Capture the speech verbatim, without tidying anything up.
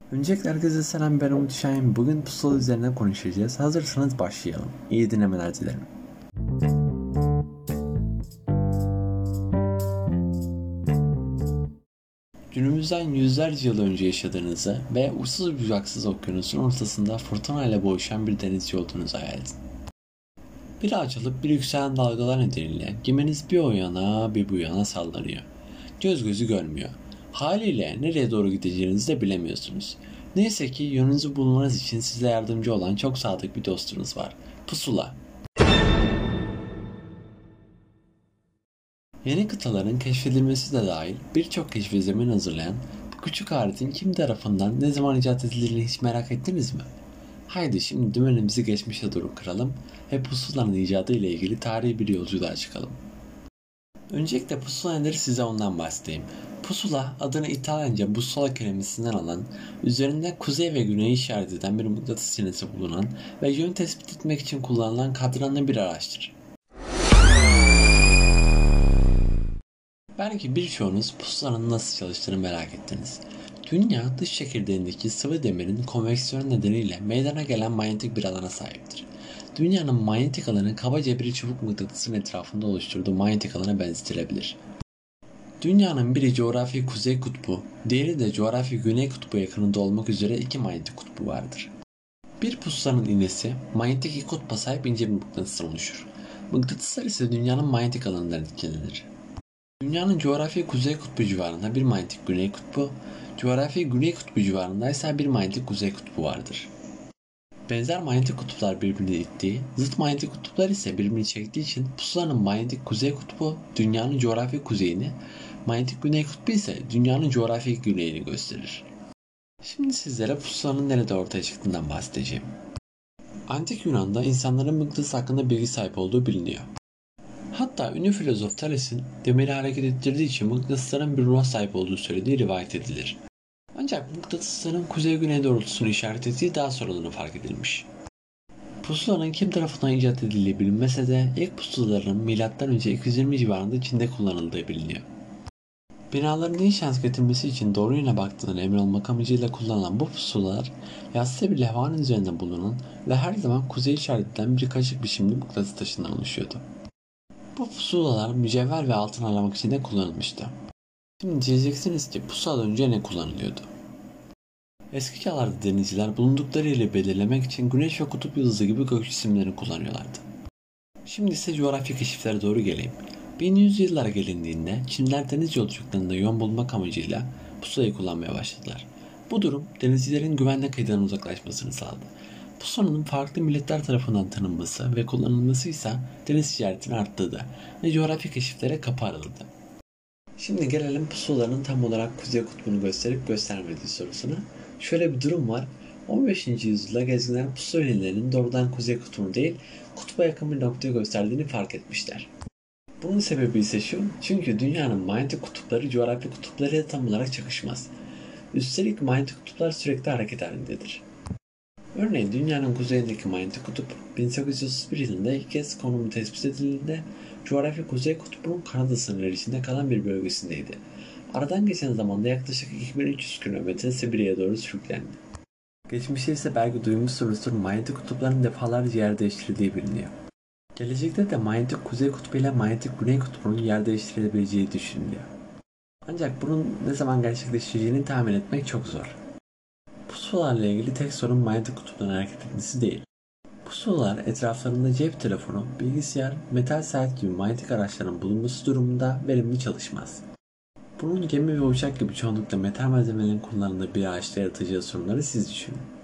Öncelikle herkese selam, ben Umut Şahin. Bugün pusula üzerine konuşacağız. Hazırsanız başlayalım. İyi dinlemeler dilerim. Günümüzden yüzlerce yıl önce yaşadığınızı ve uçsuz bucaksız okyanusun ortasında fırtınayla boğuşan bir denizci olduğunuzu hayal edin. Bir açılıp bir yükselen dalgalar nedeniyle geminiz bir o yana bir bu yana sallanıyor. Göz gözü görmüyor. Haliyle nereye doğru gideceğinizi de bilemiyorsunuz. Neyse ki yolunuzu bulmanız için size yardımcı olan çok sadık bir dostunuz var. Pusula. Yeni kıtaların keşfedilmesi de dahil birçok keşfe zemin hazırlayan bu küçük aletin kim tarafından ne zaman icat edildiğini hiç merak ettiniz mi? Haydi şimdi dümenimizi geçmişe doğru kıralım ve pusulanın icadı ile ilgili tarihi bir yolculuğa çıkalım. Öncelikle pusula nedir, size ondan bahsedeyim. Pusula adını İtalyanca bussola kelimesinden alan, üzerinde kuzey ve güneyi işaret eden bir mıknatıs iğnesi bulunan ve yön tespit etmek için kullanılan kadranlı bir araçtır. Belki birçoğunuz pusulanın nasıl çalıştığını merak ettiniz. Dünya dış çekirdeğindeki sıvı demirin konveksiyonu nedeniyle meydana gelen manyetik bir alana sahiptir. Dünyanın manyetik alanı kabaca bir çubuk mıknatısın etrafında oluşturduğu manyetik alana benzetilebilir. Dünyanın biri coğrafi kuzey kutbu, diğeri de coğrafi güney kutbu yakınında olmak üzere iki manyetik kutbu vardır. Bir pusulanın iğnesi manyetik iki kutba sahip ince bir mıknatıstan oluşur. Mıknatıslar ise dünyanın manyetik alanından etkilenir. Dünyanın coğrafi kuzey kutbu civarında bir manyetik güney kutbu, coğrafi güney kutbu civarında ise bir manyetik kuzey kutbu vardır. Benzer manyetik kutuplar birbirini ittiği, zıt manyetik kutuplar ise birbirini çektiği için pusulanın manyetik kuzey kutbu dünyanın coğrafi kuzeyini, manyetik güney kutbu ise dünyanın coğrafi güneyini gösterir. Şimdi sizlere pusulanın nerede ortaya çıktığından bahsedeceğim. Antik Yunan'da insanların mıknatıs hakkında bilgi sahip olduğu biliniyor. Hatta ünlü filozof Thales'in demiri hareket ettirdiği için mıknatısların bir ruha sahip olduğu söylediği rivayet edilir. Ancak mıknatısların kuzey-güney doğrultusunu işaret ettiği daha sonradan fark edilmiş. Pusulanın kim tarafından icat edildiği bilinmese de ilk pusulaların milattan önce iki yüz yirmi civarında Çin'de kullanıldığı biliniyor. Binaların iyi şans getirmesi için doğru yöne baktığından emin olmak amacıyla kullanılan bu pusulalar yassı bir levhanın üzerinde bulunan ve her zaman kuzey işaret eden bir kaşık biçimli mıknatıs taşından oluşuyordu. Bu pusulalar mücevher ve altın aramak için de kullanılmıştı. Şimdi diyeceksiniz ki pusuladan önce ne kullanılıyordu? Eski çağlarda denizciler bulundukları yeri belirlemek için güneş ve kutup yıldızı gibi gök cisimlerini kullanıyorlardı. Şimdi ise coğrafi keşiflere doğru geleyim. bin yüz yıllara gelindiğinde Çinliler deniz yolculuklarında yön bulmak amacıyla pusulayı kullanmaya başladılar. Bu durum denizcilerin güvenli kıyıdan uzaklaşmasını sağladı. Pusulanın farklı milletler tarafından tanınması ve kullanılması ise deniz ticaretini arttırdı ve coğrafi keşiflere kapı araladı. Şimdi gelelim pusulaların tam olarak kuzey kutbunu gösterip göstermediği sorusuna. Şöyle bir durum var. on beşinci yüzyılda gezginler pusula iğnelerinin doğrudan kuzey kutbunu değil, kutba yakın bir noktayı gösterdiğini fark etmişler. Bunun sebebi ise şu, çünkü dünyanın manyetik kutupları coğrafi kutuplarıyla tam olarak çakışmaz. Üstelik manyetik kutuplar sürekli hareket halindedir. Örneğin dünyanın kuzeyindeki manyetik kutup bin sekiz yüz otuz bir yılında ilk kez konumu tespit edildiğinde coğrafi kuzey kutbunun Kanada sınırları içinde kalan bir bölgesindeydi. Aradan geçen zamanda yaklaşık iki bin üç yüz kilometre Sibirya'ya doğru sürüklendi. Geçmişte ise belki duymuşsunuzdur, manyetik kutupların defalarca yer değiştirdiği biliniyor. Gelecekte de manyetik kuzey kutbu ile manyetik güney kutbunun yer değiştirebileceği düşünülüyor. Ancak bunun ne zaman gerçekleşeceğini tahmin etmek çok zor. Pusulalarla ilgili tek sorun manyetik kutupların hareket etmesi değil. Pusulalar etraflarında cep telefonu, bilgisayar, metal saat gibi manyetik araçların bulunması durumunda verimli çalışmaz. Bunun gemi ve uçak gibi çoğunlukla metal malzemelerin kullanıldığı bir araçta yaratacağı sorunları siz düşünün.